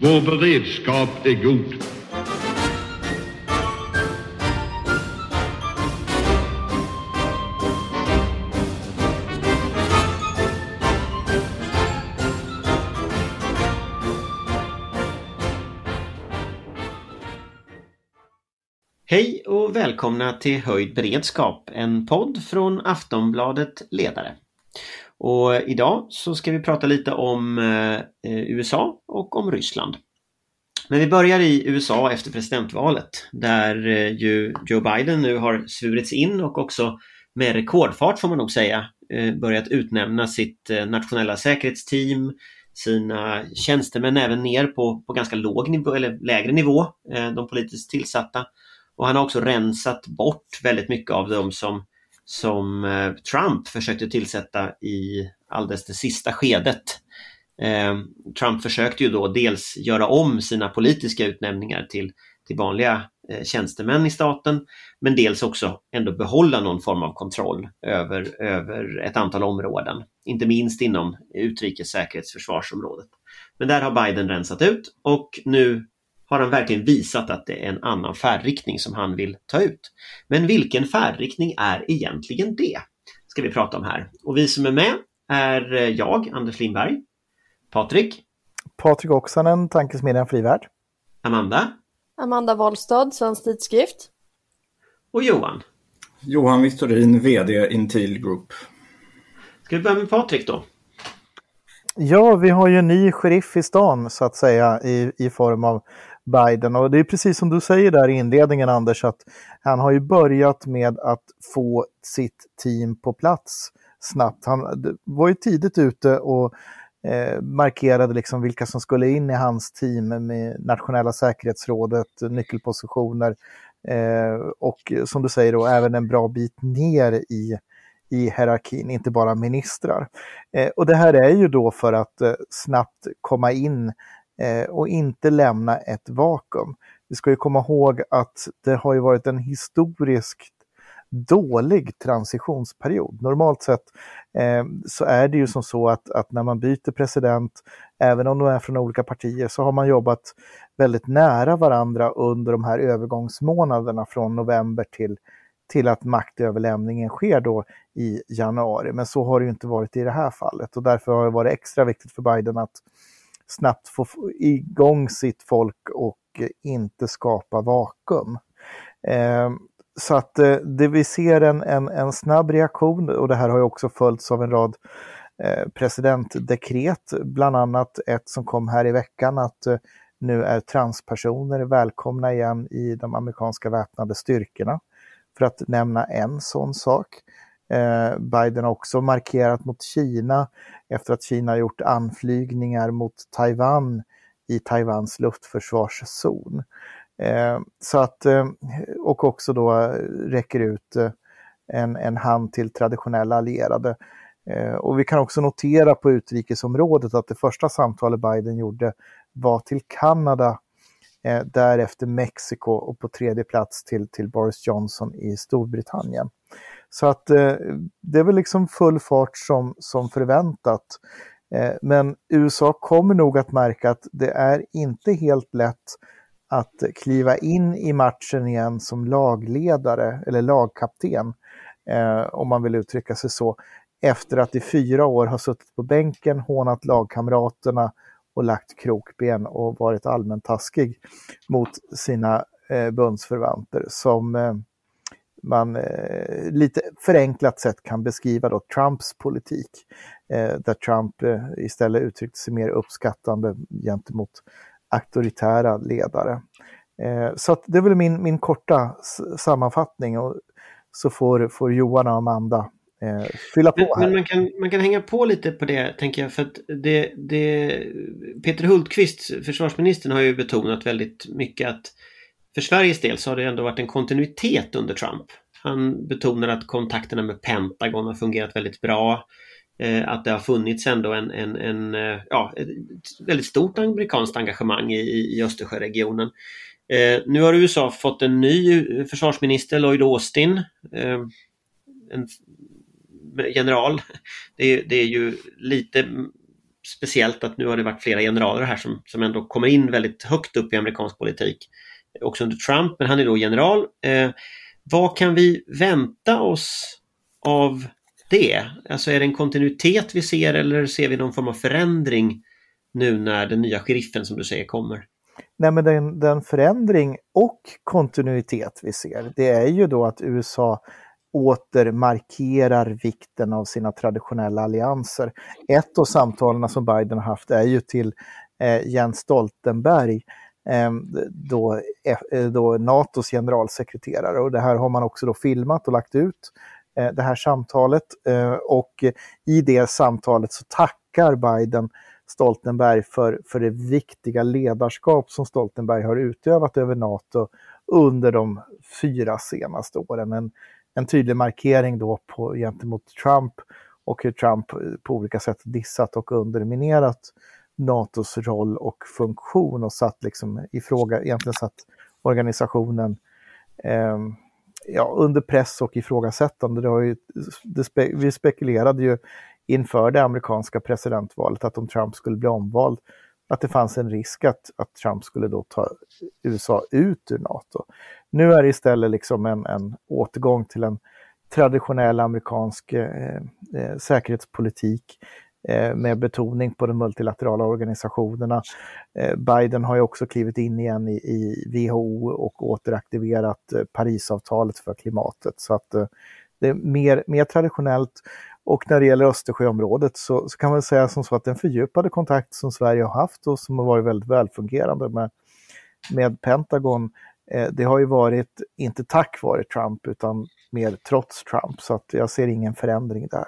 Vår beredskap är god. Hej och välkomna till Höjd beredskap, en podd från Aftonbladet Ledare. Och idag så ska vi prata lite om USA och om Ryssland. Men vi börjar i USA efter presidentvalet där ju Joe Biden nu har svurits in och också med rekordfart får man nog säga börjat utnämna sitt nationella säkerhetsteam, sina tjänstemän även ner på ganska låg nivå eller lägre nivå, de politiskt tillsatta. Och han har också rensat bort väldigt mycket av dem som Trump försökte tillsätta i alldeles det sista skedet. Trump försökte ju då dels göra om sina politiska utnämningar till vanliga tjänstemän i staten, men dels också ändå behålla någon form av kontroll över ett antal områden, inte minst inom utrikessäkerhetsförsvarsområdet. Men där har Biden rensat ut och nu har han verkligen visat att det är en annan färdriktning som han vill ta ut. Men vilken färdriktning är egentligen det? Ska vi prata om här. Och vi som är med är jag, Anders Lindberg, Patrik Oksanen, Tankesmedjan Frivärd, Amanda Wollstad, Svensk Tidskrift och Johan Victorin, vd Intil Group. Ska vi börja med Patrik då? Ja, vi har ju en ny sheriff i stan så att säga i form av Biden, och det är precis som du säger där i inledningen, Anders, att han har ju börjat med att få sitt team på plats snabbt. Han var ju tidigt ute och markerade liksom vilka som skulle in i hans team med nationella säkerhetsrådet, nyckelpositioner och som du säger då även en bra bit ner i hierarkin, inte bara ministrar. Och det här är ju då för att snabbt komma in och inte lämna ett vakuum. Vi ska ju komma ihåg att det har ju varit en historiskt dålig transitionsperiod. Normalt sett så är det ju som så att när man byter president, även om de är från olika partier, så har man jobbat väldigt nära varandra under de här övergångsmånaderna från november till att maktöverlämningen sker då i januari. Men så har det ju inte varit i det här fallet, och därför har det varit extra viktigt för Biden att snabbt få igång sitt folk och inte skapa vakuum. Så att vi ser en snabb reaktion, och det här har ju också följts av en rad presidentdekret, bland annat ett som kom här i veckan att nu är transpersoner välkomna igen i de amerikanska väpnade styrkorna, för att nämna en sån sak. Biden har också markerat mot Kina efter att Kina har gjort anflygningar mot Taiwan i Taiwans luftförsvarszon. Så att, och också då räcker ut en hand till traditionella allierade. Och vi kan också notera på utrikesområdet att det första samtalet Biden gjorde var till Kanada, därefter Mexiko och på tredje plats till Boris Johnson i Storbritannien. Så att det är väl liksom full fart som förväntat. Men USA kommer nog att märka att det är inte helt lätt att kliva in i matchen igen som lagledare eller lagkapten, om man vill uttrycka sig så, efter att i 4 år ha suttit på bänken, hånat lagkamraterna och lagt krokben och varit allmänt taskig mot sina bundsförvanter, som man lite förenklat sätt kan beskriva då Trumps politik, där Trump istället uttryckte sig mer uppskattande gentemot auktoritära ledare. Så att det är väl min korta sammanfattning, och så får Johan och Amanda fylla på här. Men man kan hänga på lite på det, tänker jag, för att Peter Hultqvist, försvarsministern, har ju betonat väldigt mycket att för Sveriges del så har det ändå varit en kontinuitet under Trump. Han betonar att kontakterna med Pentagon har fungerat väldigt bra, att det har funnits ändå ett väldigt stort amerikanskt engagemang i Östersjöregionen. Nu har USA fått en ny försvarsminister, Lloyd Austin, en general. Det är ju lite speciellt att nu har det varit flera generaler här som ändå kommer in väldigt högt upp i amerikansk politik. Också under Trump, men han är då general. Vad kan vi vänta oss av det? Alltså är det en kontinuitet vi ser eller ser vi någon form av förändring nu när den nya sheriffen som du säger kommer? Nej, men den förändring och kontinuitet vi ser, det är ju då att USA åter markerar vikten av sina traditionella allianser. Ett av samtalen som Biden har haft är ju till Jens Stoltenberg, då NATOs generalsekreterare, och det här har man också då filmat och lagt ut, det här samtalet, och i det samtalet så tackar Biden Stoltenberg för det viktiga ledarskap som Stoltenberg har utövat över NATO under de 4 senaste åren. En tydlig markering då gentemot Trump och hur Trump på olika sätt dissat och underminerat NATOs roll och funktion och satt liksom egentligen satt organisationen under press och ifrågasättande. Vi spekulerade ju inför det amerikanska presidentvalet att om Trump skulle bli omvald, att det fanns en risk att Trump skulle då ta USA ut ur NATO. Nu är det istället liksom en återgång till en traditionell amerikansk säkerhetspolitik med betoning på de multilaterala organisationerna. Biden har ju också klivit in igen i WHO och återaktiverat Parisavtalet för klimatet. Så att det är mer traditionellt. Och när det gäller Östersjöområdet så kan man säga som så att den fördjupade kontakt som Sverige har haft och som har varit väldigt välfungerande med Pentagon, det har ju varit inte tack vare Trump utan mer trots Trump. Så att jag ser ingen förändring där.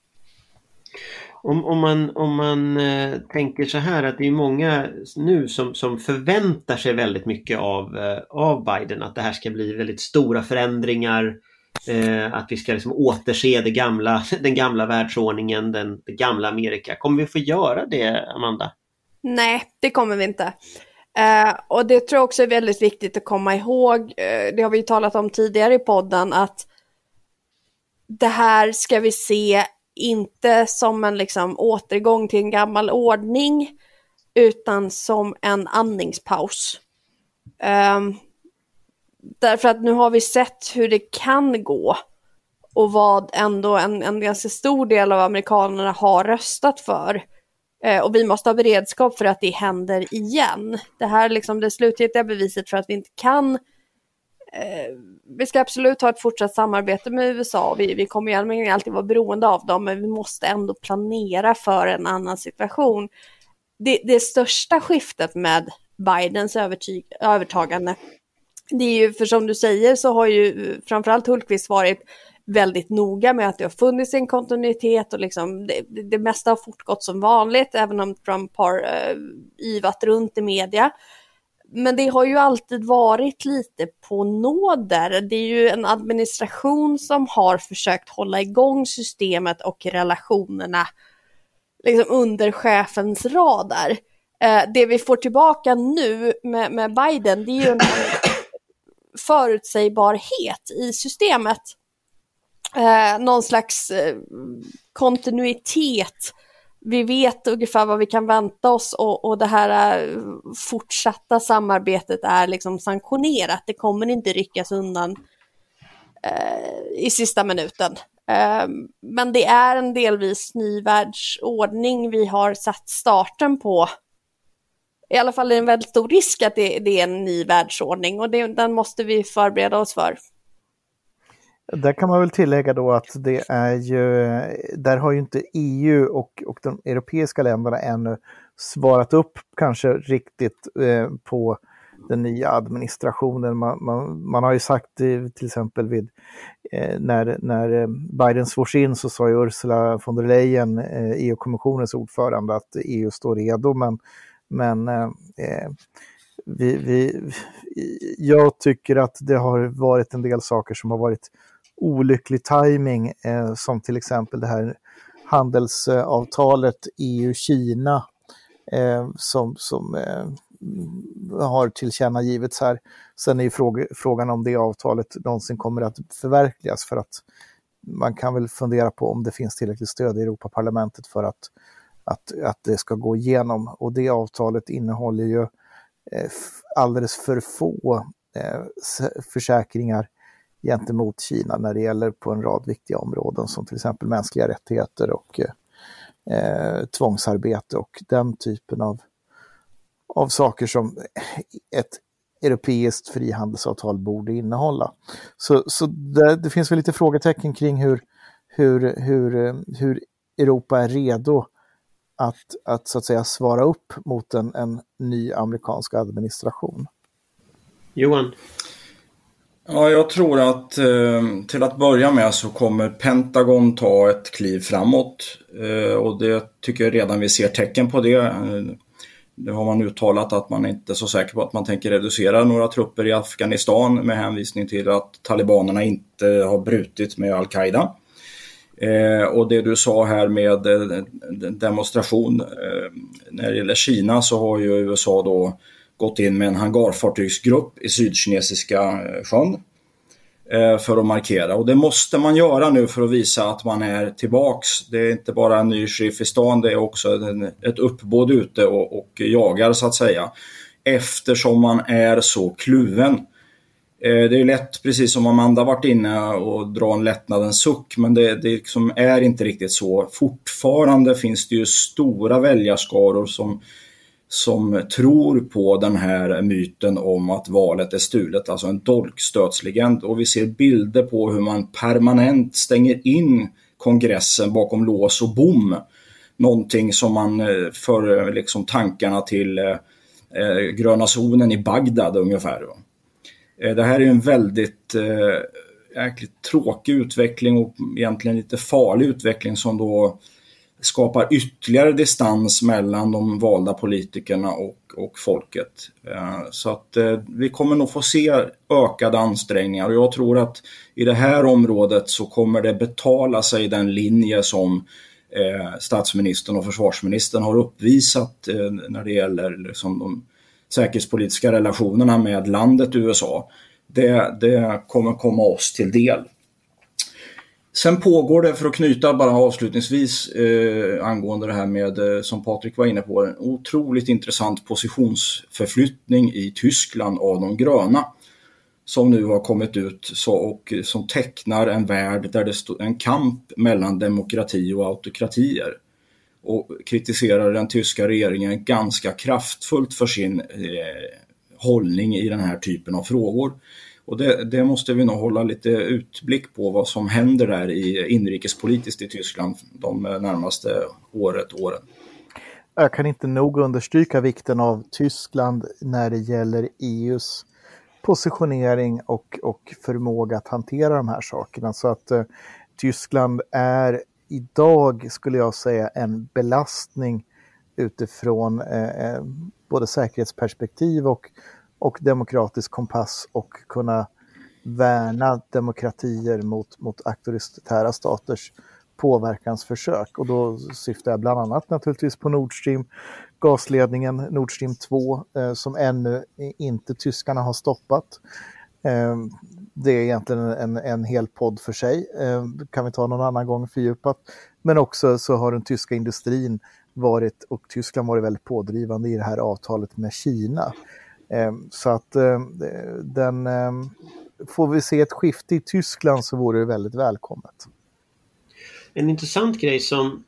Om man tänker så här att det är många nu som förväntar sig väldigt mycket av Biden, att det här ska bli väldigt stora förändringar, att vi ska liksom återse den gamla världsordningen, det gamla Amerika. Kommer vi få göra det, Amanda? Nej, det kommer vi inte. Och det tror jag också är väldigt viktigt att komma ihåg. Det har vi ju talat om tidigare i podden, att det här ska vi se inte som en liksom återgång till en gammal ordning utan som en andningspaus. Därför att nu har vi sett hur det kan gå och vad ändå en ganska stor del av amerikanerna har röstat för. Och vi måste ha beredskap för att det händer igen. Det här är liksom det slutgiltiga beviset för att vi inte kan. Vi ska absolut ha ett fortsatt samarbete med USA. Vi kommer ju alltid vara beroende av dem, men vi måste ändå planera för en annan situation. Det största skiftet med Bidens övertagande, det är ju, för som du säger så har ju framförallt Hultqvist varit väldigt noga med att det har funnits en kontinuitet och liksom det mesta har fortgått som vanligt, även om Trump har ivat runt i media. Men det har ju alltid varit lite på nåder. Det är ju en administration som har försökt hålla igång systemet och relationerna liksom under chefens radar. Det vi får tillbaka nu med Biden, det är ju en förutsägbarhet i systemet. Någon slags kontinuitet. Vi vet ungefär vad vi kan vänta oss och det här fortsatta samarbetet är liksom sanktionerat. Det kommer inte ryckas undan i sista minuten. Men det är en delvis ny världsordning vi har satt starten på. I alla fall är det en väldigt stor risk att det är en ny världsordning och den måste vi förbereda oss för. Där kan man väl tillägga då att det är ju, där har ju inte EU och de europeiska länderna ännu svarat upp kanske riktigt på den nya administrationen. Man har ju sagt till exempel när Biden svors in så sa ju Ursula von der Leyen, EU-kommissionens ordförande, att EU står redo, men jag tycker att det har varit en del saker som har varit olycklig timing, som till exempel det här handelsavtalet EU-Kina som har tillkännagivits här. Sen är ju frågan om det avtalet någonsin kommer att förverkligas, för att man kan väl fundera på om det finns tillräckligt stöd i Europaparlamentet för att att det ska gå igenom. Och det avtalet innehåller ju alldeles för få försäkringar gentemot Kina när det gäller på en rad viktiga områden som till exempel mänskliga rättigheter och tvångsarbete och den typen av saker som ett europeiskt frihandelsavtal borde innehålla. Så det finns väl lite frågetecken kring hur Europa är redo att så att säga svara upp mot en ny amerikansk administration. Johan? Ja, jag tror att till att börja med så kommer Pentagon ta ett kliv framåt och det tycker jag redan vi ser tecken på det. Nu har man uttalat att man inte är så säker på att man tänker reducera några trupper i Afghanistan med hänvisning till att talibanerna inte har brutit med Al-Qaida. Och det du sa här med demonstration när det gäller Kina, så har ju USA då gått in med en hangarfartygsgrupp i Sydkinesiska sjön för att markera. Och det måste man göra nu för att visa att man är tillbaks. Det är inte bara en ny sheriff i stan, det är också ett uppbåd ute och jagar så att säga. Eftersom man är så kluven. Det är lätt, precis som Amanda varit inne och dra en lättnadens suck, men det liksom är inte riktigt så. Fortfarande finns det ju stora väljarskaror som tror på den här myten om att valet är stulet, alltså en dolkstötslegend. Och vi ser bilder på hur man permanent stänger in kongressen bakom lås och bom. Någonting som man för liksom tankarna till gröna zonen i Bagdad ungefär. Det här är en väldigt jäkligt tråkig utveckling och egentligen lite farlig utveckling som då skapar ytterligare distans mellan de valda politikerna och folket. Så att vi kommer nog få se ökade ansträngningar, och jag tror att i det här området så kommer det betala sig den linje som statsministern och försvarsministern har uppvisat när det gäller liksom de säkerhetspolitiska relationerna med landet USA. Det kommer komma oss till del. Sen pågår det, för att knyta bara avslutningsvis angående det här med, som Patrik var inne på, en otroligt intressant positionsförflyttning i Tyskland av de gröna som nu har kommit ut och som tecknar en värld där det står en kamp mellan demokrati och autokratier, och kritiserar den tyska regeringen ganska kraftfullt för sin hållning i den här typen av frågor. Och det måste vi nog hålla lite utblick på, vad som händer där inrikespolitiskt i Tyskland de närmaste åren. Jag kan inte nog understryka vikten av Tyskland när det gäller EUs positionering och förmåga att hantera de här sakerna. Så att Tyskland är idag, skulle jag säga, en belastning utifrån både säkerhetsperspektiv och demokratisk kompass, och kunna värna demokratier mot auktoritära staters påverkansförsök. Och då syftar jag bland annat naturligtvis på Nord Stream, gasledningen Nord Stream 2 som ännu inte tyskarna har stoppat. Det är egentligen en hel podd för sig, kan vi ta någon annan gång fördjupat. Men också så har den tyska industrin varit, och Tyskland varit väldigt pådrivande i det här avtalet med Kina. Så att får vi se ett skifte i Tyskland så vore det väldigt välkommet. En intressant grej som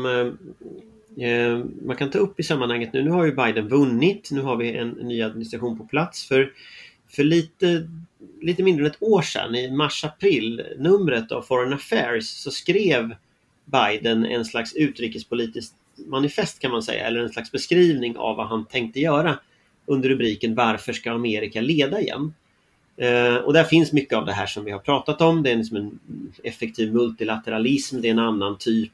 man kan ta upp i sammanhanget nu har ju Biden vunnit, nu har vi en ny administration på plats. För lite mindre än ett år sedan, i mars-april numret av Foreign Affairs, så skrev Biden en slags utrikespolitiskt manifest, kan man säga, eller en slags beskrivning av vad han tänkte göra under rubriken "Varför ska Amerika leda igen?" Och där finns mycket av det här som vi har pratat om. Det är liksom en effektiv multilateralism, det är en annan typ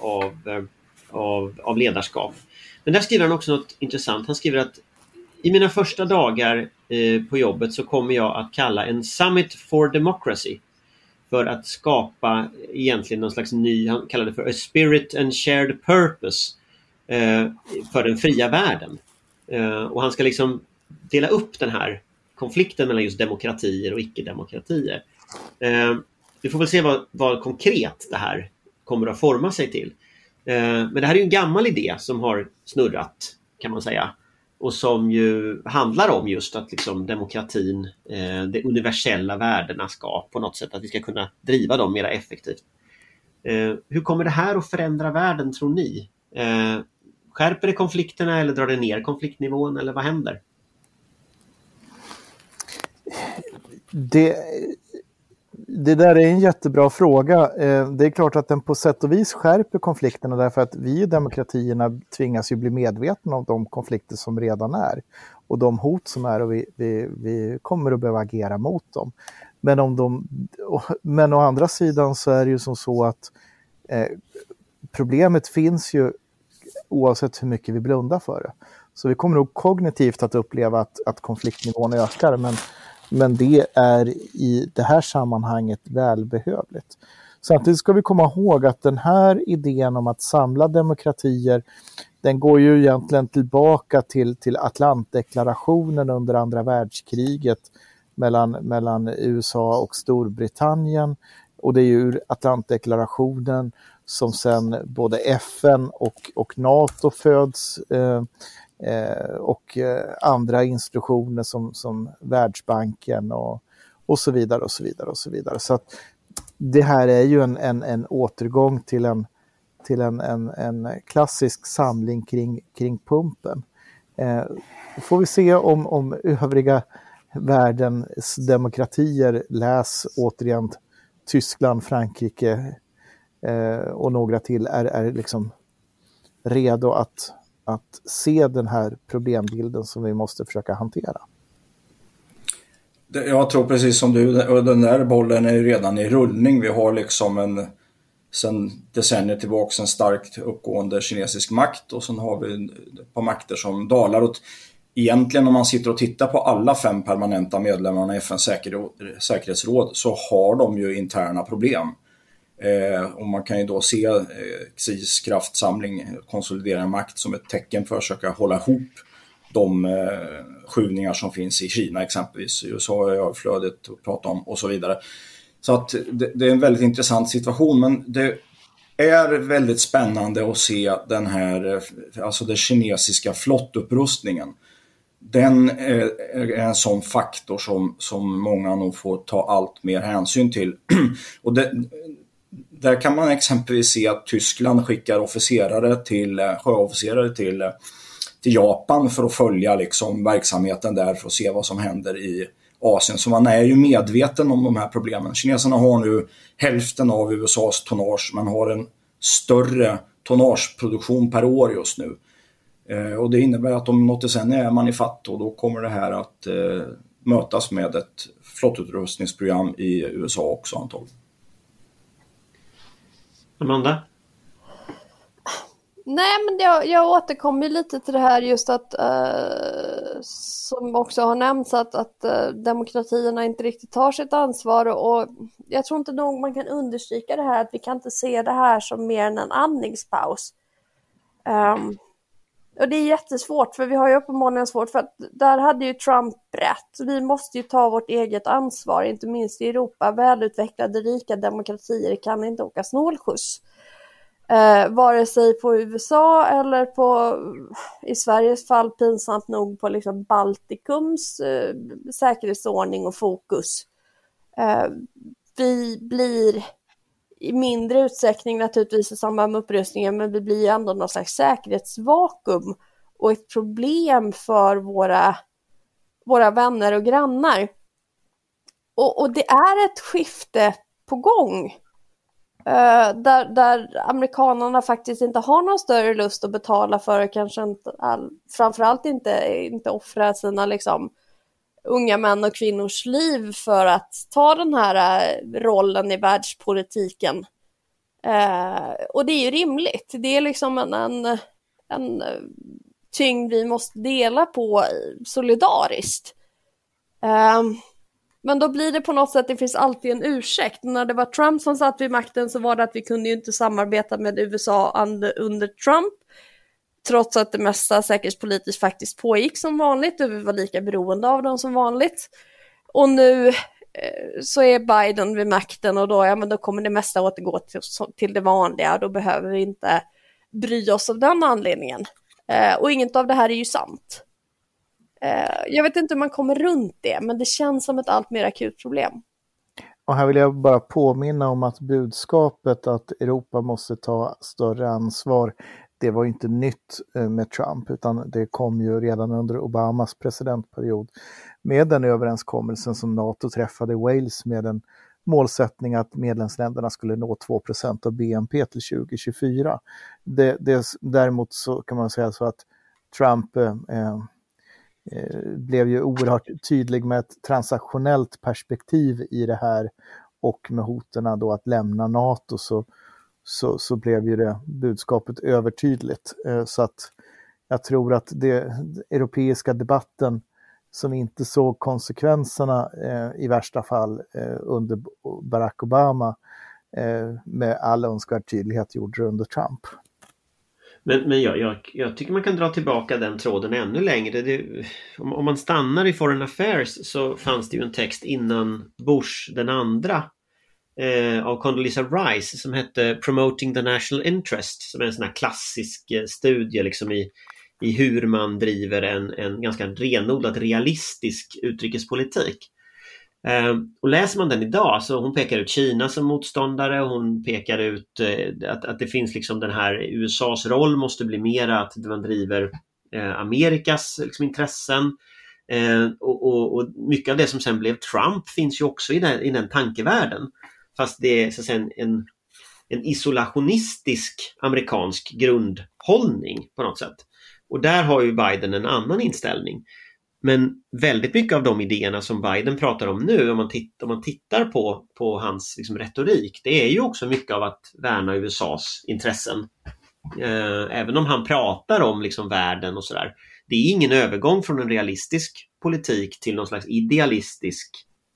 av ledarskap. Men där skriver han också något intressant. Han skriver att i mina första dagar på jobbet så kommer jag att kalla en Summit for Democracy för att skapa egentligen någon slags ny, han kallar det för a spirit and shared purpose för den fria världen. Och han ska liksom dela upp den här konflikten mellan just demokratier och icke-demokratier. Vi får väl se vad konkret det här kommer att forma sig till. Men det här är ju en gammal idé som har snurrat, kan man säga. Och som ju handlar om just att liksom demokratin, de universella värdena ska på något sätt, att vi ska kunna driva dem mer effektivt. Hur kommer det här att förändra världen, tror ni? Skärper det konflikterna eller drar det ner konfliktnivån, eller vad händer? Det där är en jättebra fråga. Det är klart att den på sätt och vis skärper konflikterna, därför att vi i demokratierna tvingas ju bli medvetna om de konflikter som redan är och de hot som är, och vi kommer att behöva agera mot dem. Men å andra sidan så är det ju som så att problemet finns ju oavsett hur mycket vi blundar för det. Så vi kommer nog kognitivt att uppleva att konfliktnivån ökar, men det är i det här sammanhanget välbehövligt. Samtidigt ska vi komma ihåg att den här idén om att samla demokratier, den går ju egentligen tillbaka till Atlantdeklarationen under andra världskriget mellan USA och Storbritannien. Och det är ju ur Atlantdeklarationen som sen både FN och NATO föds, och andra institutioner som Världsbanken och så vidare och så vidare och så vidare. Så att det här är ju en återgång till en klassisk samling kring pumpen. Får vi se om övriga världens demokratier, läs återigen Tyskland, Frankrike och några till, är liksom redo att se den här problembilden som vi måste försöka hantera. Jag tror precis som du, och den där bollen är ju redan i rullning. Vi har liksom sen decennier tillbaka en starkt uppgående kinesisk makt, och sen har vi ett par makter som dalar åt. Egentligen om man sitter och tittar på alla 5 permanenta medlemmarna i FN:s säkerhetsråd, så har de ju interna problem. Och man kan ju då se Xis kraftsamling, konsolidera makt, som ett tecken för att försöka hålla ihop de skjutningar som finns i Kina exempelvis. USA är flödet att prata om och så vidare. Så att det är en väldigt intressant situation, men det är väldigt spännande att se den här, alltså den kinesiska flottupprustningen. Den är en sån faktor som många nog får ta allt mer hänsyn till. Och där kan man exempelvis se att Tyskland skickar sjöofficerare till Japan för att följa liksom verksamheten där, för att se vad som händer i Asien. Så man är ju medveten om de här problemen. Kineserna har nu hälften av USAs tonnage. Man har en större tonnageproduktion per år just nu. Och det innebär att om något decennium är man i fatt, och då kommer det här att mötas med ett flottutrustningsprogram i USA också antagligen. Amanda? Nej, men jag återkommer lite till det här just att som också har nämnts att demokratierna inte riktigt tar sitt ansvar, och jag tror inte nog man kan understryka det här, att vi kan inte se det här som mer än en andningspaus. Och det är jättesvårt, för vi har ju uppenbarligen svårt, för att där hade ju Trump rätt. Vi måste ju ta vårt eget ansvar, inte minst i Europa. Välutvecklade, rika demokratier kan inte åka snålskjuts. Vare sig på USA eller i Sveriges fall pinsamt nog på liksom Baltikums säkerhetsordning och fokus. Vi blir i mindre utsträckning naturligtvis i samband med upprustningen, men vi blir ändå någon slags säkerhetsvakuum och ett problem för våra vänner och grannar. Och det är ett skifte på gång. Där amerikanerna faktiskt inte har någon större lust att betala för, kanske inte framförallt inte offra sina liksom unga män och kvinnors liv för att ta den här rollen i världspolitiken. Och det är ju rimligt. Det är liksom en tyngd vi måste dela på solidariskt. Men då blir det på något sätt, det finns alltid en ursäkt. När det var Trump som satt vid makten så var det att vi kunde ju inte samarbeta med USA under Trump. Trots att det mesta säkerhetspolitiskt faktiskt pågick som vanligt och vi var lika beroende av dem som vanligt. Och nu så är Biden vid makten, och då kommer det mesta återgå till det vanliga. Då behöver vi inte bry oss av den anledningen. Och inget av det här är ju sant. Jag vet inte hur man kommer runt det, men det känns som ett allt mer akut problem. Och här vill jag bara påminna om att budskapet att Europa måste ta större ansvar, det var ju inte nytt med Trump, utan det kom ju redan under Obamas presidentperiod med den överenskommelsen som NATO träffade i Wales med en målsättning att medlemsländerna skulle nå 2% av BNP till 2024. Däremot så kan man säga så att Trump blev ju oerhört tydlig med ett transaktionellt perspektiv i det här, och med hoterna då att lämna NATO så blev ju det budskapet övertydligt. Så att jag tror att den europeiska debatten som inte såg konsekvenserna i värsta fall under Barack Obama med all önskvärd tydlighet gjorde det under Trump. Men jag tycker man kan dra tillbaka den tråden ännu längre. Om man stannar i Foreign Affairs så fanns det ju en text innan Bush den andra av Condoleezza Rice som hette Promoting the National Interest, som är en sån här klassisk studie liksom i hur man driver en ganska renodlat realistisk utrikespolitik. Och läser man den idag så hon pekar ut Kina som motståndare, och hon pekar ut att det finns liksom den här USAs roll måste bli mer att man driver Amerikas liksom intressen, och mycket av det som sen blev Trump finns ju också i den tankevärlden, fast det är så att säga en isolationistisk amerikansk grundhållning på något sätt. Och där har ju Biden en annan inställning. Men väldigt mycket av de idéerna som Biden pratar om nu, om man tittar på hans liksom retorik, det är ju också mycket av att värna USAs intressen. Även om han pratar om liksom världen och sådär. Det är ingen övergång från en realistisk politik till någon slags idealistisk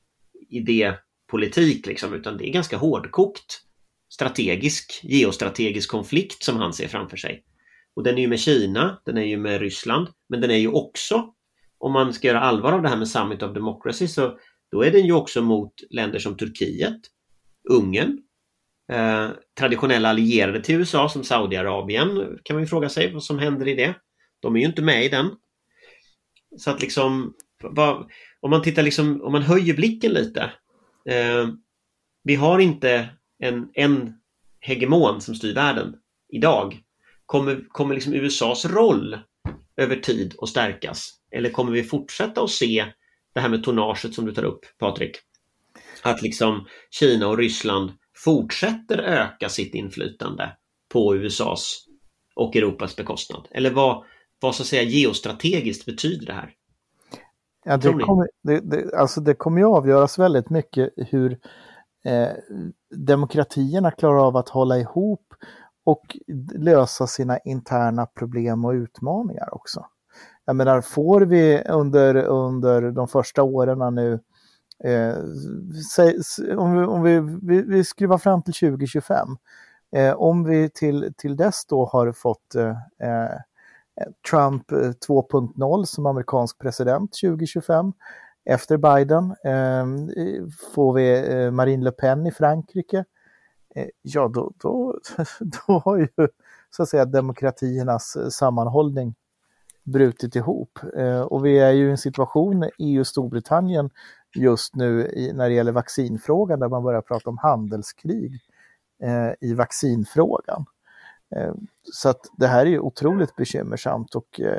idépolitik liksom, utan det är ganska hårdkokt geostrategisk konflikt som han ser framför sig. Och den är ju med Kina, den är ju med Ryssland, men den är ju också, om man ska göra allvar av det här med Summit of Democracy, så då är den ju också mot länder som Turkiet, Ungern, traditionella allierade till USA som Saudiarabien, kan man ju fråga sig vad som händer i det. De är ju inte med i den. Så att liksom, om man tittar liksom, om man höjer blicken lite, vi har inte en hegemon som styr världen idag. Kommer liksom USAs roll över tid att stärkas? Eller kommer vi fortsätta att se det här med tonnaget som du tar upp, Patrik? Att liksom Kina och Ryssland fortsätter öka sitt inflytande på USAs och Europas bekostnad? Eller vad så att säga geostrategiskt betyder det här? Ja, det kommer ju avgöras väldigt mycket hur demokratierna klarar av att hålla ihop och lösa sina interna problem och utmaningar också. Jag menar, får vi under de första åren nu, om vi skruvar fram till 2025, om vi till dess då har fått Trump 2.0 som amerikansk president 2025, efter Biden får vi Marine Le Pen i Frankrike, ja då har ju så att säga demokratiernas sammanhållning brutit ihop. Och vi är ju i en situation EU och Storbritannien just nu när det gäller vaccinfrågan, där man börjar prata om handelskrig i vaccinfrågan. Så att det här är ju otroligt bekymmersamt,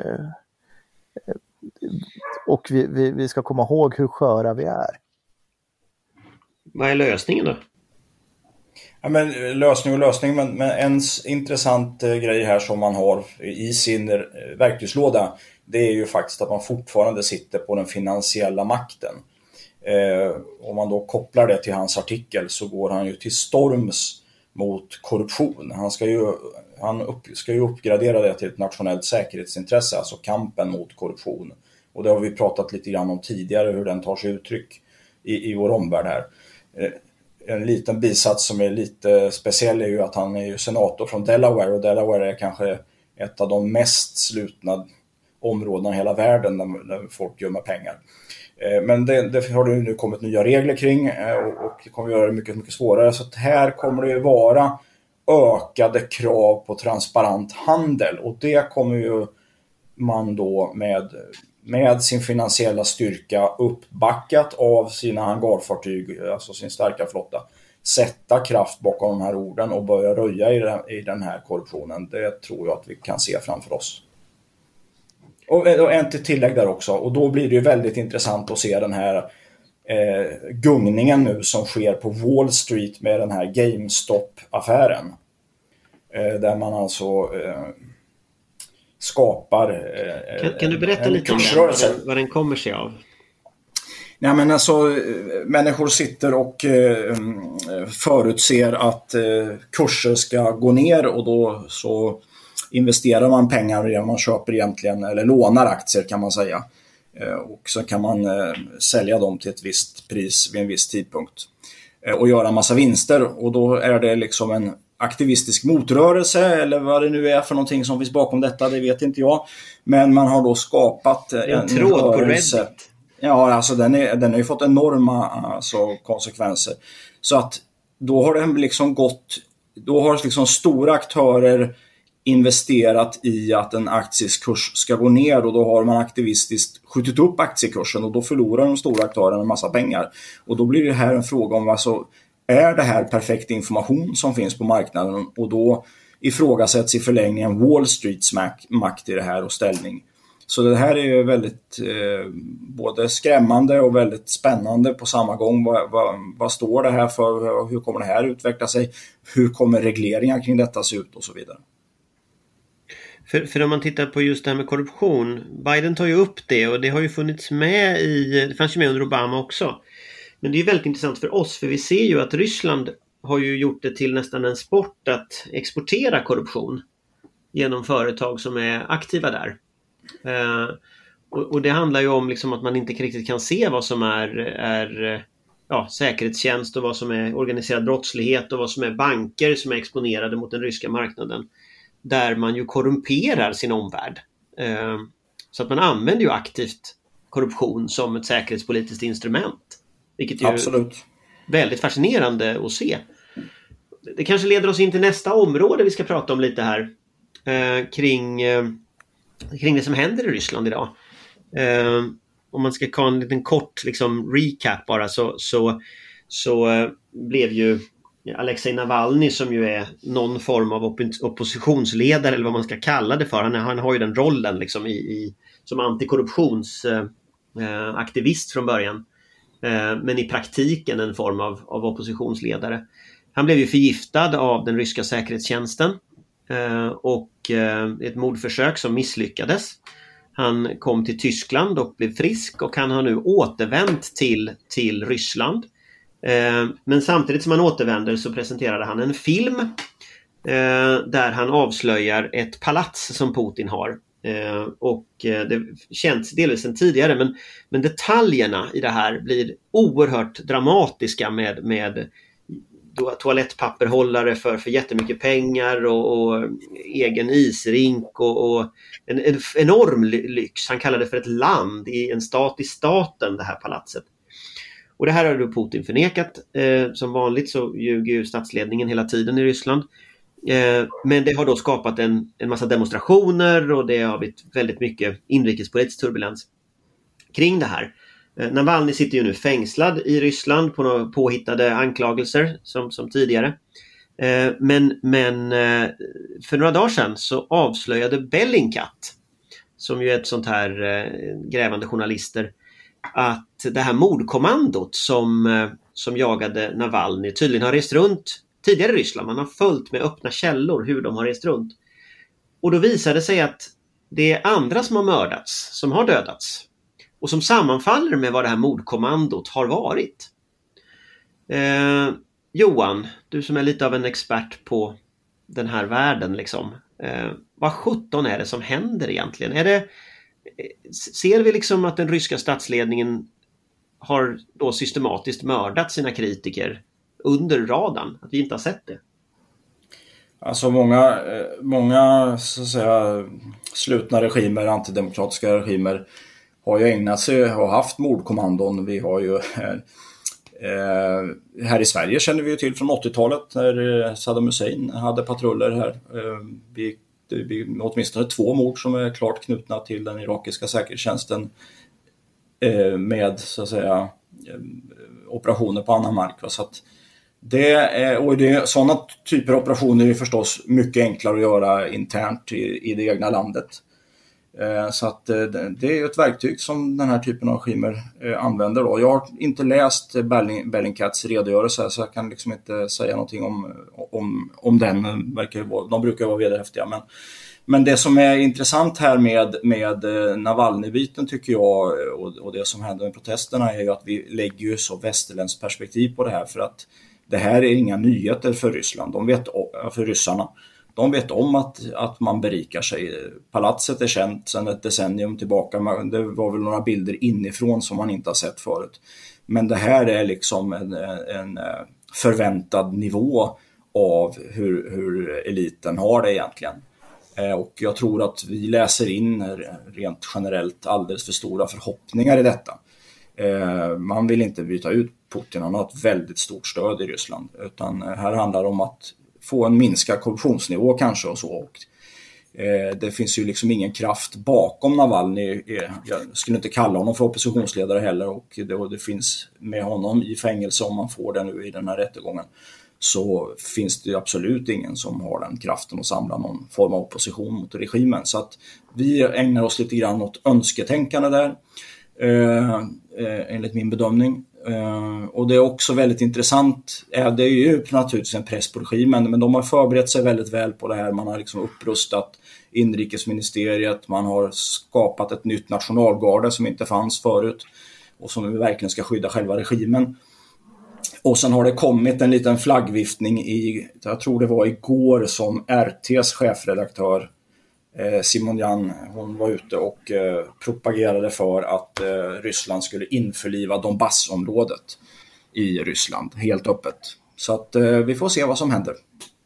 och vi ska komma ihåg hur sköra vi är. Vad är lösningen då? Ja, men lösning, men en intressant grej här som man har i sin verktygslåda, det är ju faktiskt att man fortfarande sitter på den finansiella makten. Om man då kopplar det till hans artikel, så går han ju till storms mot korruption. Han ska ju uppgradera det till ett nationellt säkerhetsintresse, alltså kampen mot korruption. Och det har vi pratat lite grann om tidigare, hur den tar sig uttryck i vår omvärld här. En liten bisats som är lite speciell är ju att han är ju senator från Delaware, och Delaware är kanske ett av de mest slutna områdena i hela världen där folk gömmer pengar. Men det har det nu kommit nya regler kring, och det kommer göra det mycket, mycket svårare. Så att här kommer det ju vara ökade krav på transparent handel, och det kommer ju man då med sin finansiella styrka uppbackat av sina hangarfartyg, alltså sin starka flotta, sätta kraft bakom de här orden och börja röja i den här korruptionen. Det tror jag att vi kan se framför oss. Och en till tillägg där också, och då blir det ju väldigt intressant att se den här gungningen nu som sker på Wall Street med den här GameStop-affären. Där man alltså skapar... Kan du berätta lite om vad den kommer sig av? Nej, men alltså, människor sitter och förutser att kurser ska gå ner, och då så investerar man pengar i det man köper egentligen, eller lånar aktier kan man säga. Och så kan man sälja dem till ett visst pris vid en viss tidpunkt och göra en massa vinster, och då är det liksom en aktivistisk motrörelse, eller vad det nu är för någonting som finns bakom detta, det vet inte jag. Men man har då skapat en tråd på Reddit. Ja, alltså den har ju fått enorma konsekvenser. Så att då har den liksom då har liksom stora aktörer investerat i att en aktiekurs ska gå ner, och då har man aktivistiskt skjutit upp aktiekursen, och då förlorar de stora aktörerna en massa pengar. Och då blir det här en fråga om, alltså, är det här perfekt information som finns på marknaden? Och då ifrågasätts i förlängningen Wall Streets makt i det här och ställning. Så det här är ju väldigt både skrämmande och väldigt spännande på samma gång. Vad står det här för? Hur kommer det här utveckla sig? Hur kommer regleringar kring detta se ut och så vidare? För om man tittar på just det här med korruption, Biden tar ju upp det, och det har ju funnits med det fanns ju med under Obama också. Men det är ju väldigt intressant för oss, för vi ser ju att Ryssland har ju gjort det till nästan en sport att exportera korruption genom företag som är aktiva där. Och det handlar ju om liksom att man inte riktigt kan se vad som är säkerhetstjänst och vad som är organiserad brottslighet och vad som är banker som är exponerade mot den ryska marknaden, där man ju korrumperar sin omvärld. Så att man använder ju aktivt korruption som ett säkerhetspolitiskt instrument, vilket är absolut väldigt fascinerande att se. Det kanske leder oss in till nästa område vi ska prata om lite här, kring det som händer i Ryssland idag. Om man ska ta en liten kort liksom recap bara, så blev ju Alexej Navalny, som ju är någon form av oppositionsledare eller vad man ska kalla det för. Han har ju den rollen liksom som antikorruptionsaktivist från början. Men i praktiken en form av oppositionsledare. Han blev ju förgiftad av den ryska säkerhetstjänsten och ett mordförsök som misslyckades. Han kom till Tyskland och blev frisk, och han har nu återvänt till Ryssland. Men samtidigt som han återvänder så presenterade han en film där han avslöjar ett palats som Putin har. Och det känns delvis sedan tidigare, men detaljerna i det här blir oerhört dramatiska med toalettpapperhållare för jättemycket pengar och egen isrink och en enorm lyx. Han kallar det för ett land i en stat i staten, det här palatset. Och det här har då Putin förnekat. Som vanligt så ljuger ju statsledningen hela tiden i Ryssland. Men det har då skapat en massa demonstrationer, och det har blivit väldigt mycket inrikespolitisk turbulens kring det här. Navalny sitter ju nu fängslad i Ryssland på några påhittade anklagelser som tidigare. Men för några dagar sedan så avslöjade Bellingcat, som ju är ett sånt här grävande journalister, att det här mordkommandot som jagade Navalny tydligen har rest runt tidigare i Ryssland. Man har följt med öppna källor hur de har rest runt. Och då visade det sig att det är andra som har mördats, som har dödats, och som sammanfaller med vad det här mordkommandot har varit. Johan, du som är lite av en expert på den här världen liksom. Vad 17 är det som händer egentligen? Ser vi liksom att den ryska statsledningen har då systematiskt mördat sina kritiker under radarn? Att vi inte har sett det? Alltså många så att säga slutna regimer, antidemokratiska regimer, har ju ägnat sig och haft mordkommandon. Vi har ju Här i Sverige känner vi ju till från 80-talet när Saddam Hussein hade patruller här. Det är åtminstone 2 mord som är klart knutna till den irakiska säkerhetstjänsten med så att säga operationer på annan mark. Så att sådana typer av operationer är förstås mycket enklare att göra internt i det egna landet. Så att det är ett verktyg som den här typen av regimer använder då. Jag har inte läst Bellingcats redogörelse så jag kan liksom inte säga någonting om den. De brukar vara vederhäftiga. Men det som är intressant här med Navalny-biten tycker jag och det som händer med protesterna är ju att vi lägger ju så västerländskt perspektiv på det här, för att det här är inga nyheter för Ryssland. För ryssarna. De vet om att man berikar sig. Palatset är känt sedan ett decennium tillbaka. Det var väl några bilder inifrån som man inte har sett förut. Men det här är liksom en förväntad nivå av hur eliten har det egentligen. Och jag tror att vi läser in rent generellt alldeles för stora förhoppningar i detta. Man vill inte byta ut Putin, han har ett väldigt stort stöd i Ryssland. Utan här handlar det om att få en minskad korruptionsnivå kanske och så. Och det finns ju liksom ingen kraft bakom Navalny. Jag skulle inte kalla honom för oppositionsledare heller, och det finns med honom i fängelse, om man får det nu i den här rättegången, så finns det absolut ingen som har den kraften att samla någon form av opposition mot regimen. Så att vi ägnar oss lite grann åt önsketänkande där, enligt min bedömning. Och det är också väldigt intressant, det är ju naturligtvis en press på regimen, men de har förberett sig väldigt väl på det här. Man har liksom upprustat inrikesministeriet, man har skapat ett nytt nationalgarde som inte fanns förut och som verkligen ska skydda själva regimen. Och sen har det kommit en liten flaggviftning jag tror det var igår, som RT:s chefredaktör Simon Jan, hon var ute och propagerade för att Ryssland skulle införliva Donbassområdet i Ryssland helt öppet. Så att vi får se vad som händer.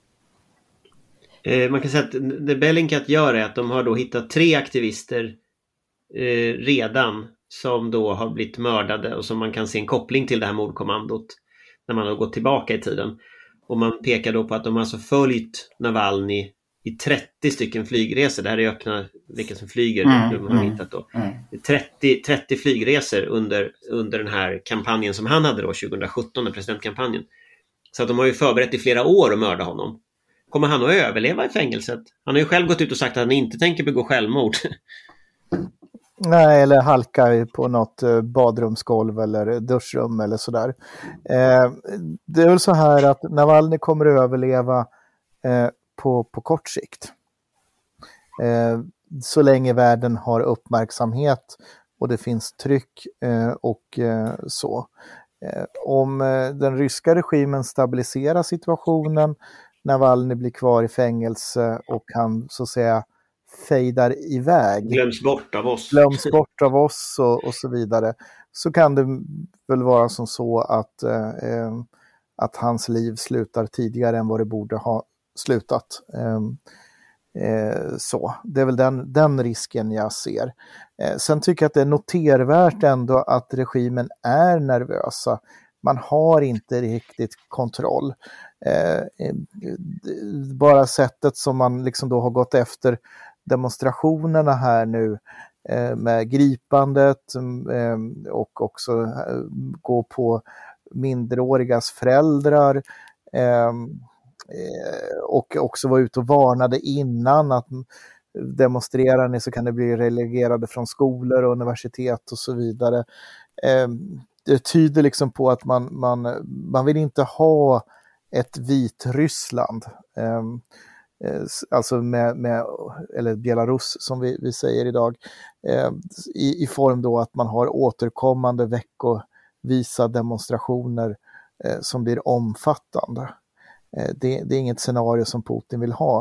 Man kan säga att det Bellingcat gör är att de har då hittat 3 aktivister redan som då har blivit mördade och som man kan se en koppling till det här mordkommandot när man har gått tillbaka i tiden. Och man pekar då på att de har alltså följt Navalny i 30 stycken flygresor. Det här är öppna vilka som flyger. De har hittat då. 30 flygresor under den här kampanjen som han hade då 2017, den presidentkampanjen. Så att de har ju förberett i flera år att mörda honom. Kommer han att överleva i fängelset? Han har ju själv gått ut och sagt att han inte tänker begå självmord. Nej, eller halka på något badrumsgolv eller duschrum eller sådär. Det är väl så här att Navalny kommer att överleva på kort sikt. Så länge världen har uppmärksamhet och det finns tryck och så. Om den ryska regimen stabiliserar situationen, Navalny blir kvar i fängelse och han så att säga fejdar iväg. Glöms bort av oss och så vidare. Så kan det väl vara som så att hans liv slutar tidigare än vad det borde ha slutat. Så det är väl den risken jag ser. Sen tycker jag att det är notervärt ändå att regimen är nervösa. Man har inte riktigt kontroll. Bara sättet som man liksom då har gått efter demonstrationerna här nu med gripandet och också gå på minderårigas föräldrar och också var ute och varnade innan att demonstrerar ni så kan det bli relegerade från skolor och universitet och så vidare. Det tyder liksom på att man vill inte ha ett Vitryssland, alltså med eller Belarus som vi säger idag, i form då att man har återkommande veckovisa demonstrationer som blir omfattande. Det är inget scenario som Putin vill ha.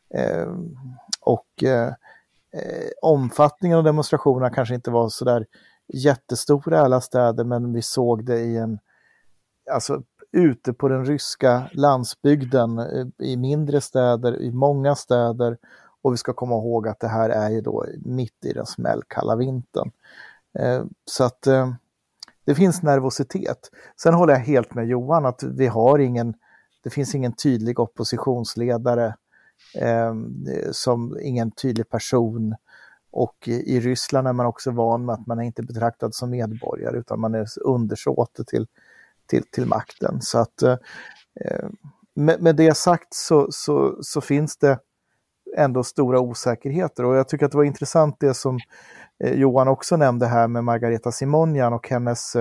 Omfattningen av demonstrationerna kanske inte var så där jättestora i alla städer, men vi såg det alltså ute på den ryska landsbygden, i mindre städer, i många städer, och vi ska komma ihåg att det här är ju då mitt i den smällkalla vintern. Så att det finns nervositet. Sen håller jag helt med Johan att det finns ingen tydlig oppositionsledare, som ingen tydlig person. Och i Ryssland är man också van med att man är inte betraktad som medborgare utan man är undersåte till makten. Så att med det sagt så finns det ändå stora osäkerheter, och jag tycker att det var intressant det som Johan också nämnde här med Margareta Simonyan och hennes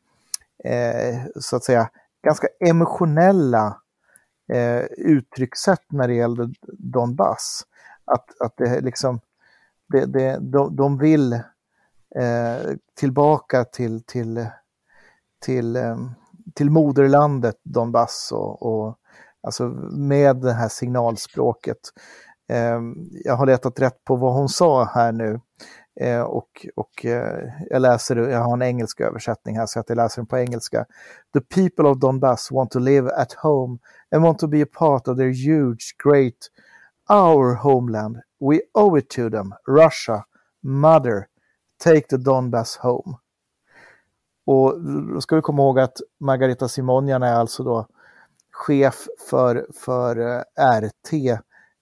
så att säga ganska emotionella uttryckssätt när det gäller Donbass. Att det liksom de vill tillbaka till moderlandet Donbass och alltså med det här signalspråket. Jag har letat rätt på vad hon sa här nu, och jag har en engelsk översättning här så att jag läser den på engelska. The people of Donbass want to live at home and want to be a part of their huge, great, our homeland. We owe it to them. Russia, mother, take the Donbass home. Och då ska vi komma ihåg att Margareta Simonyan är alltså då chef för RT,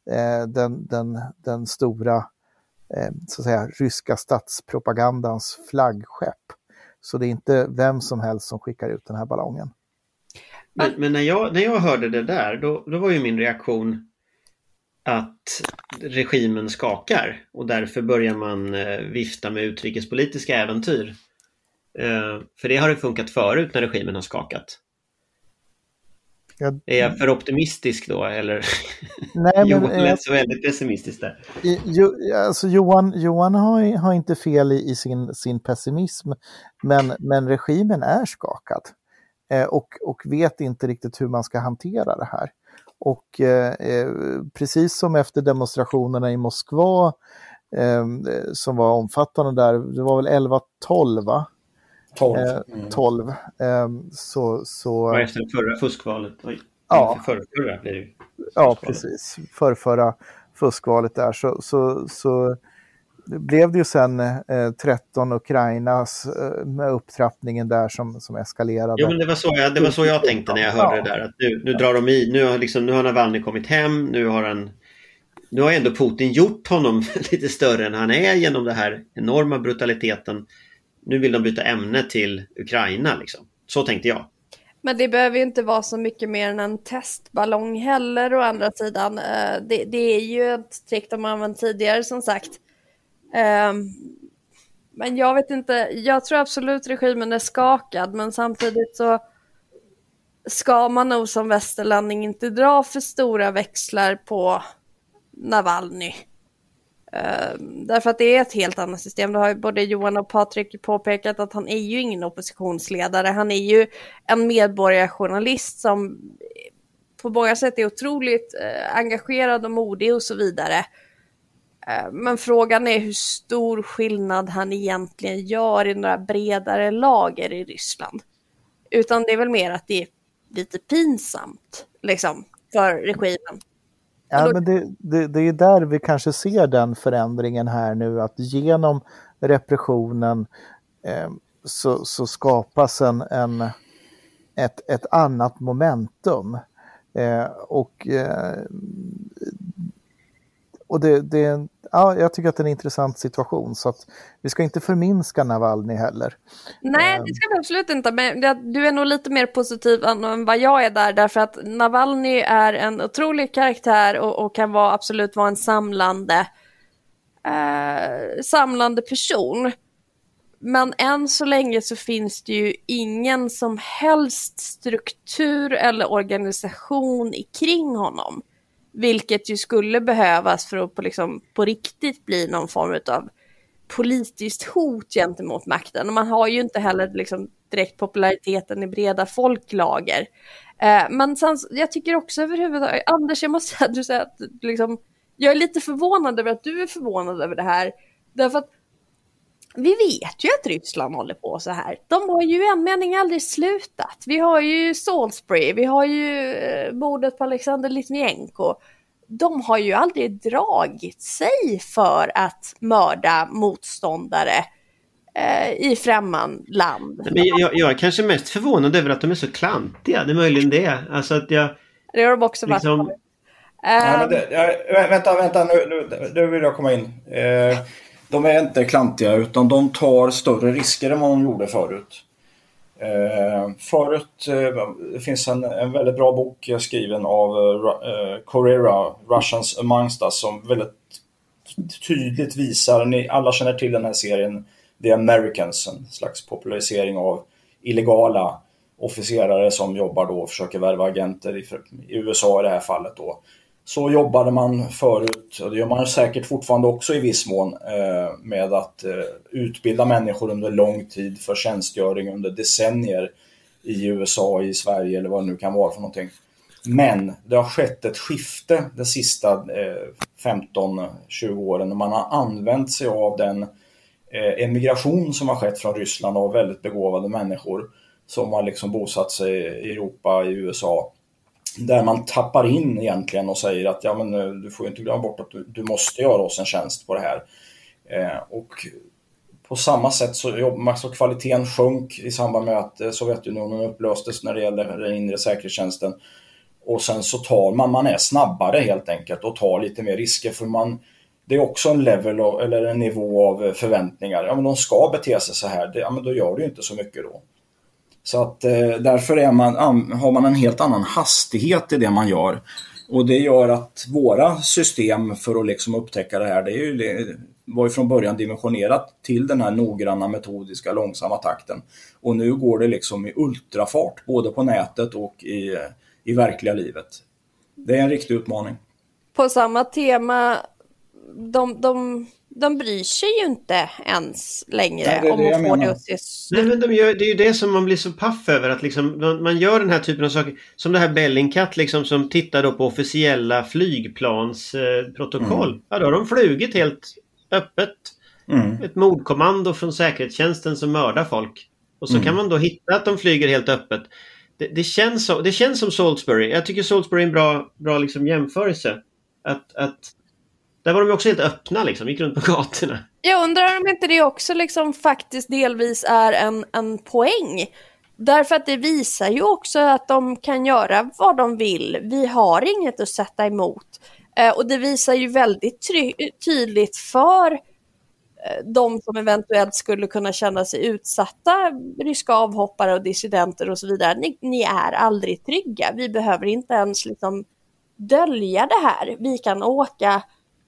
den stora så att säga ryska statspropagandans flaggskepp. Så det är inte vem som helst som skickar ut den här ballongen. Men när jag hörde det där, då var ju min reaktion att regimen skakar och därför börjar man vifta med utrikespolitiska äventyr. För det har det funkat förut när regimen har skakat. Är jag för optimistisk då? Eller? Nej, men Johan lät så väldigt pessimistisk där. Alltså Johan har inte fel i sin pessimism, men regimen är skakad och vet inte riktigt hur man ska hantera det här. Och precis som efter demonstrationerna i Moskva som var omfattande där, det var väl 11-12 va? 12. Så efter det förra fuskvalet. Ja. Förra blir det. Ja, precis. Förra fuskvalet där så blev det ju sen 13 Ukrainas med upptrappningen där som eskalerade. Jo, men det var så jag tänkte när jag hörde det där. Att nu drar de i. Nu har Navalny kommit hem. Nu har ändå Putin gjort honom lite större än han är genom det här enorma brutaliteten. Nu vill de byta ämne till Ukraina liksom. Så tänkte jag. Men det behöver ju inte vara så mycket mer än en testballong heller å andra sidan. Det är ju ett trick de har använt tidigare som sagt. Men jag vet inte, jag tror absolut regimen är skakad, men samtidigt så ska man nog som västerlänning inte dra för stora växlar på Navalny. Därför att det är ett helt annat system. Det har ju både Johan och Patrik påpekat att han är ju ingen oppositionsledare. Han är ju en medborgarjournalist som på många sätt är otroligt engagerad och modig och så vidare. Men frågan är hur stor skillnad han egentligen gör i några bredare lager i Ryssland. Utan det är väl mer att det är lite pinsamt liksom, för regimen. Ja, men det är där vi kanske ser den förändringen här nu, att genom repressionen så skapas ett annat momentum. Jag tycker att det är en intressant situation, så att vi ska inte förminska Navalny heller. Nej, det ska vi absolut inte, men du är nog lite mer positiv än vad jag är där, därför att Navalny är en otrolig karaktär och kan absolut vara en samlande person. Men än så länge så finns det ju ingen som helst struktur eller organisation kring honom. Vilket ju skulle behövas för att på riktigt bli någon form av politiskt hot gentemot makten. Och man har ju inte heller direkt populariteten i breda folklager. Men sen, jag tycker också överhuvudtaget, Anders, jag måste säga att jag är lite förvånad över att du är förvånad över det här. Därför att vi vet ju att Ryssland håller på så här. De har ju en mening aldrig slutat. Vi har ju Salisbury, vi har ju mordet på Alexander Litvinenko. De har ju aldrig dragit sig för att mörda motståndare. i främmande land. Men jag är kanske mest förvånad över att de är så klantiga. Det är möjligen det. Alltså att jag... Det har de också varit. Liksom... Vänta, nu vill jag komma in. De är inte klantiga, utan de tar större risker än vad de gjorde förut. Det finns en väldigt bra bok skriven av Correra, Russians Amongst Us, som väldigt tydligt visar, ni alla känner till den här serien The Americans, en slags popularisering av illegala officerare som jobbar då och försöker värva agenter i USA i det här fallet då. Så jobbade man förut, och det gör man säkert fortfarande också i viss mån, med att utbilda människor under lång tid för tjänstgöring under decennier i USA, i Sverige eller vad det nu kan vara för någonting. Men det har skett ett skifte de sista 15-20 åren när man har använt sig av den emigration som har skett från Ryssland av väldigt begåvade människor som har liksom bosatt sig i Europa, i USA. Där man tappar in egentligen och säger att ja, men du får inte glömma bort att du måste göra oss en tjänst på det här. Och på samma sätt så kvaliteten sjönk i samband med att Sovjetunionen upplöstes när det gäller den inre säkerhetstjänsten. Och sen så tar man är snabbare helt enkelt och tar lite mer risker, för det är också en level eller en nivå av förväntningar. Ja, men de ska bete sig så här, ja, men då gör det ju inte så mycket då. Så att därför har man en helt annan hastighet i det man gör. Och det gör att våra system för att liksom upptäcka det här, det var ju från början dimensionerat till den här noggranna, metodiska, långsamma takten. Och nu går det liksom i ultrafart både på nätet och i verkliga livet. Det är en riktig utmaning. På samma tema, de bryr sig ju inte ens längre om att få det att se Nej, men det är ju det som man blir så paff över, att liksom, man gör den här typen av saker som det här Bellingcat liksom, som tittar då på officiella flygplansprotokoll. Ja, då har de flugit helt öppet. Ett mordkommando från säkerhetstjänsten som mördar folk. Och så kan man då hitta att de flyger helt öppet. Det känns som Salisbury. Jag tycker Salisbury är en bra liksom jämförelse. Att där var de också helt öppna liksom, gick runt på gatorna. Jag undrar om inte det också liksom faktiskt delvis är en poäng. Därför att det visar ju också att de kan göra vad de vill. Vi har inget att sätta emot. Och det visar ju väldigt tydligt för de som eventuellt skulle kunna känna sig utsatta, ryska avhoppare och dissidenter och så vidare. Ni är aldrig trygga. Vi behöver inte ens liksom dölja det här. Vi kan åka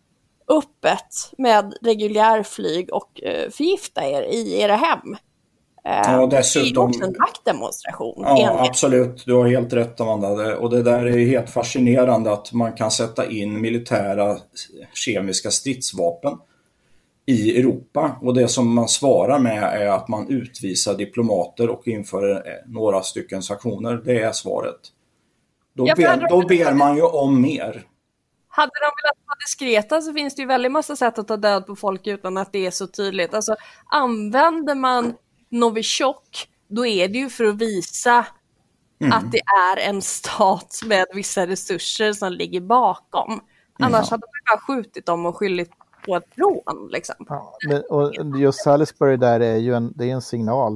öppet med reguljärflyg och förgifta er i era hem. Ja, dessutom, det är också en maktdemonstration. Ja, absolut. Du har helt rätt, Amanda. Och det där är helt fascinerande att man kan sätta in militära kemiska stridsvapen i Europa. Och det som man svarar med är att man utvisar diplomater och inför några stycken sanktioner. Det är svaret. Då ber man ju om mer. Hade de velat vara diskreta så finns det ju väldigt massa sätt att ta död på folk utan att det är så tydligt. Alltså, använder man Novichok, då är det ju för att visa att det är en stat med vissa resurser som ligger bakom. Annars hade man bara skjutit dem och skyldigt på ett rån. Liksom. Ja, och just Salisbury där är ju en signal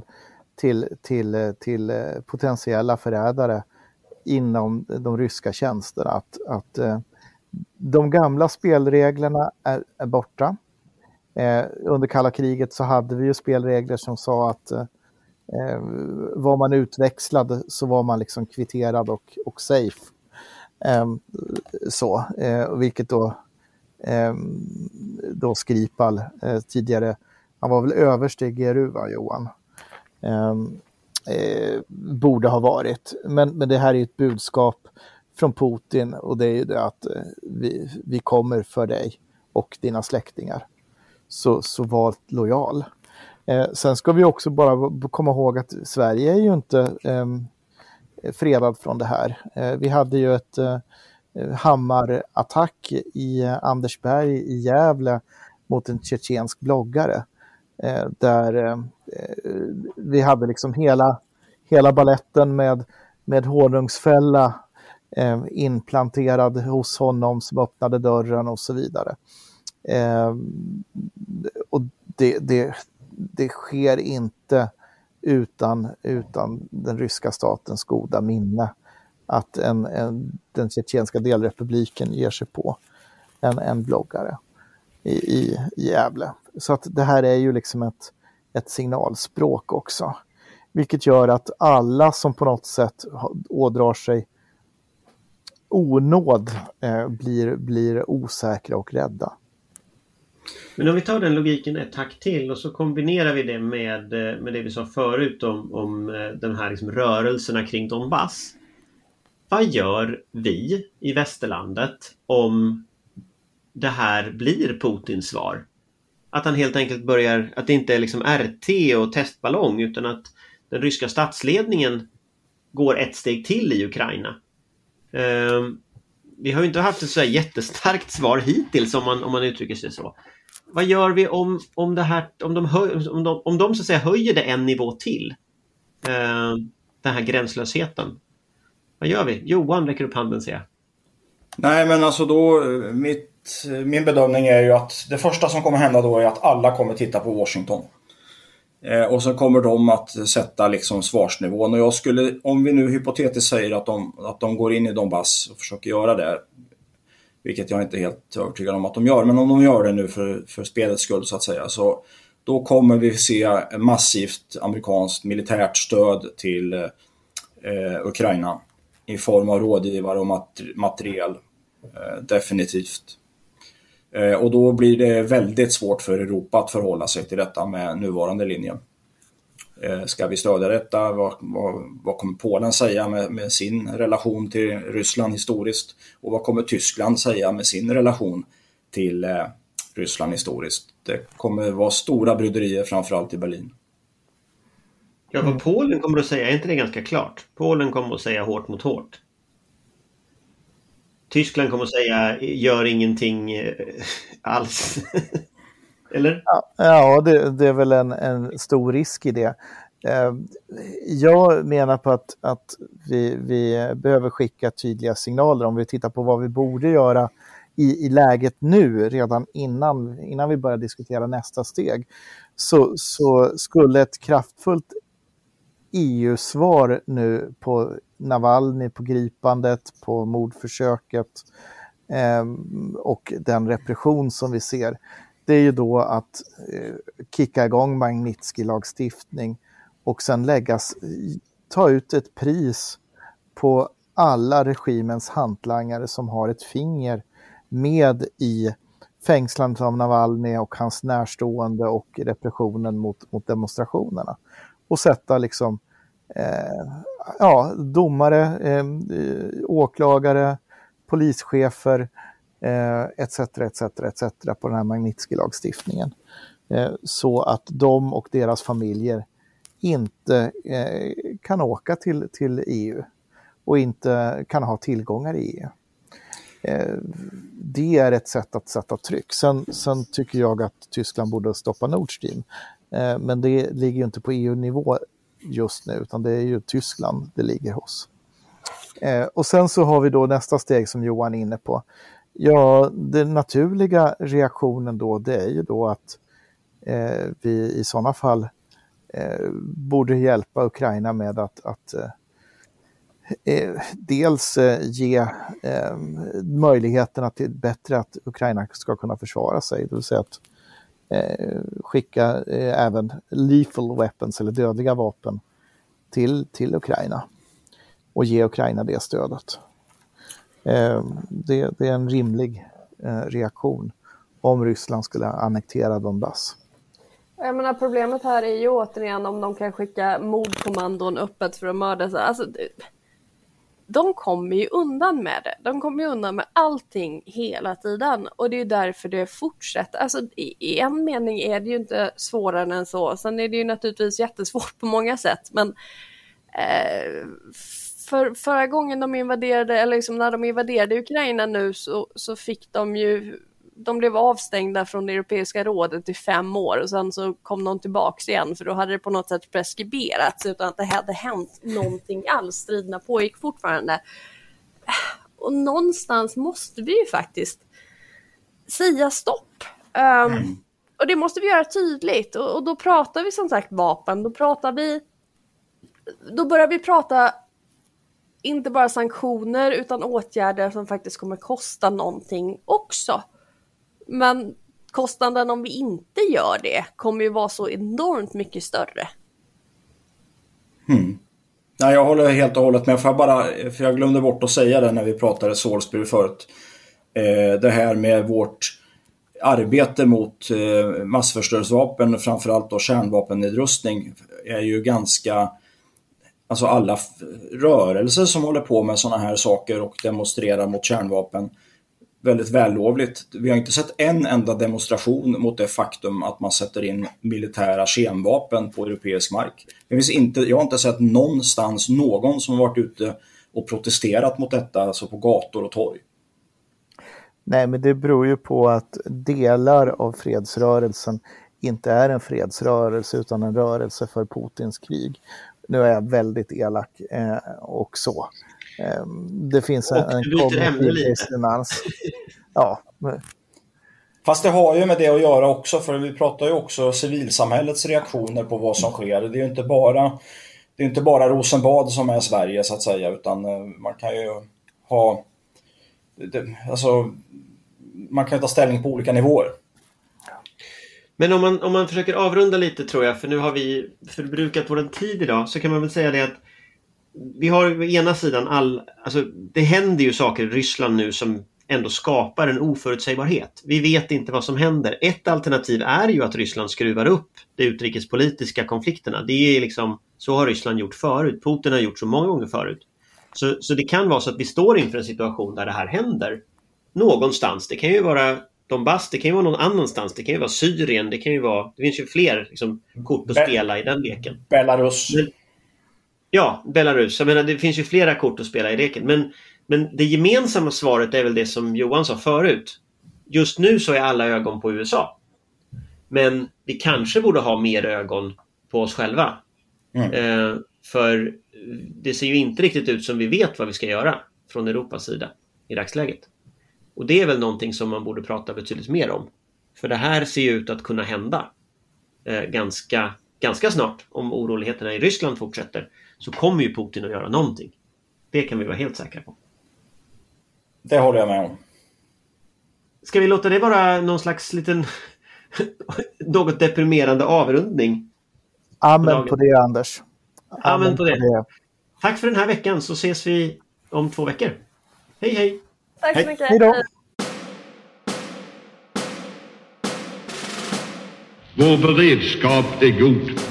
till potentiella förrädare inom de ryska tjänsterna att de gamla spelreglerna är borta. Under kalla kriget så hade vi ju spelregler som sa att var man utväxlad så var man liksom kvitterad och safe. Vilket då Skripal tidigare, han var väl överste i GRU, va, Johan? Borde ha varit. Men det här är ett budskap från Putin, och det är ju det att vi kommer för dig och dina släktingar. Så var lojal. Sen ska vi också bara komma ihåg att Sverige är ju inte fredad från det här. Vi hade ju ett hammarattack i Andersberg i Gävle mot en tjetjensk bloggare. Där vi hade liksom hela balletten med honungsfälla implanterad hos honom som öppnade dörren och så vidare. Och det sker inte utan den ryska statens goda minne att den tjetjenska delrepubliken ger sig på en bloggare i Gävle. Så att det här är ju liksom ett signalspråk också. Vilket gör att alla som på något sätt ådrar sig onåd blir osäkra och rädda. Men om vi tar den logiken ett tack till och så kombinerar vi det med det vi sa förut om de här liksom rörelserna kring Donbass. Vad gör vi i västerlandet om det här blir Putins svar? Att han helt enkelt börjar, att det inte är liksom RT och testballong utan att den ryska statsledningen går ett steg till i Ukraina. Vi har ju inte haft ett så här jättestarkt svar hittills om man uttrycker sig så. Vad gör vi om det här, om de så att säga höjer det en nivå till? Den här gränslösheten. Vad gör vi? Johan räcker upp handen, ser jag. Nej, men alltså då min bedömning är ju att det första som kommer hända då är att alla kommer titta på Washington. Och så kommer de att sätta liksom svarsnivån. Och om vi nu hypotetiskt säger att de går in i Donbass och försöker göra det, vilket jag inte är helt övertygad om att de gör, men om de gör det nu för spelets skull så att säga, så då kommer vi se massivt amerikanskt militärt stöd till Ukraina i form av rådgivare och materiel, definitivt. Och då blir det väldigt svårt för Europa att förhålla sig till detta med nuvarande linje. Ska vi stödja detta? Vad kommer Polen säga med sin relation till Ryssland historiskt? Och vad kommer Tyskland säga med sin relation till Ryssland historiskt? Det kommer vara stora bryderier framförallt i Berlin. Ja, vad Polen kommer att säga, är inte det ganska klart? Polen kommer att säga hårt mot hårt. Tyskland kommer att säga gör ingenting alls. Eller? Ja, det är väl en stor risk i det. Jag menar på att vi behöver skicka tydliga signaler om vi tittar på vad vi borde göra i läget nu, redan innan vi börjar diskutera nästa steg. Så skulle ett kraftfullt EU-svar nu på Navalny, på gripandet, på mordförsöket och den repression som vi ser, det är ju då att kicka igång Magnitsky-lagstiftning och sen ta ut ett pris på alla regimens hantlangare som har ett finger med i fängslandet av Navalny och hans närstående och repressionen mot demonstrationerna. Och sätta liksom domare, åklagare, polischefer etc. på den här Magnitsky-lagstiftningen. Så att de och deras familjer inte kan åka till EU och inte kan ha tillgångar i EU. Det är ett sätt att sätta tryck. Sen tycker jag att Tyskland borde stoppa Nord Stream. Men det ligger ju inte på EU-nivå just nu, utan det är ju Tyskland det ligger hos. Och sen så har vi då nästa steg som Johan är inne på. Ja, den naturliga reaktionen då, det är ju då att vi i sådana fall borde hjälpa Ukraina med att dels ge möjligheterna till bättre att Ukraina ska kunna försvara sig, det vill säga att skicka även lethal weapons eller dödliga vapen till Ukraina och ge Ukraina det stödet. Det är en rimlig reaktion om Ryssland skulle annektera Donbass. Jag menar, problemet här är ju återigen om de kan skicka mordkommandon öppet för att mörda sig. Alltså, de kommer ju undan med det. De kommer ju undan med allting hela tiden. Och det är ju därför det fortsätter. Alltså, i en mening är det ju inte svårare än så. Sen är det ju naturligtvis jättesvårt på många sätt. Men förra gången de invaderade, eller liksom när de invaderade Ukraina nu, så fick de blev avstängda från det Europeiska rådet i 5 år och sen så kom de tillbaka igen, för då hade det på något sätt preskriberats utan att det hade hänt någonting alls. Striderna pågick fortfarande. Och någonstans måste vi ju faktiskt säga stopp. Och det måste vi göra tydligt. Och då pratar vi som sagt vapen. Då börjar vi prata inte bara sanktioner utan åtgärder som faktiskt kommer kosta någonting också. Men kostnaden om vi inte gör det kommer ju vara så enormt mycket större. Nej, jag håller helt och hållet med. För jag glömde bort att säga det när vi pratade Salisbury förut. Det här med vårt arbete mot massförstörelsevapen, framförallt då kärnvapennedrustning, är ju ganska... Alltså alla rörelser som håller på med sådana här saker och demonstrerar mot kärnvapen, väldigt vällovligt. Vi har inte sett en enda demonstration mot det faktum att man sätter in militära kemvapen på europeisk mark. Jag har inte sett någonstans någon som har varit ute och protesterat mot detta, alltså på gator och torg. Nej, men det beror ju på att delar av fredsrörelsen inte är en fredsrörelse utan en rörelse för Putins krig. Nu är jag väldigt elak och så. Det finns en kognitiv dissonans. Ja. Fast det har ju med det att göra också, för vi pratar ju också civilsamhällets reaktioner på vad som sker. Det är ju inte bara Rosenbad som är Sverige så att säga, utan man kan ju ha... man kan ta ställning på olika nivåer. Men om man försöker avrunda lite, tror jag, för nu har vi förbrukat vår tid idag, så kan man väl säga det att vi har ena sidan det händer ju saker i Ryssland nu som ändå skapar en oförutsägbarhet. Vi vet inte vad som händer. Ett alternativ är ju att Ryssland skruvar upp de utrikespolitiska konflikterna. Det är liksom, så har Ryssland gjort förut. Putin har gjort så många gånger förut. Så det kan vara så att vi står inför en situation där det här händer någonstans. Det kan ju vara Donbass, det kan ju vara någon annanstans. Det kan ju vara Syrien, det finns ju fler liksom, kort att spela i den leken. Belarus. Belarus. Jag menar, det finns ju flera kort att spela i leken. Men det gemensamma svaret är väl det som Johan sa förut. Just nu så är alla ögon på USA. Men vi kanske borde ha mer ögon på oss själva. För det ser ju inte riktigt ut som vi vet vad vi ska göra från Europas sida i dagsläget. Och det är väl någonting som man borde prata betydligt mer om. För det här ser ju ut att kunna hända ganska snart. Om oroligheterna i Ryssland fortsätter så kommer ju Putin att göra någonting. Det kan vi vara helt säkra på. Det håller jag med om. Ska vi låta det vara någon slags liten något deprimerande avrundning? Amen på det, Anders. Amen på det. Tack för den här veckan, så ses vi om 2 veckor. Hej hej! Tack så mycket. Hej då! Vår beredskap är god.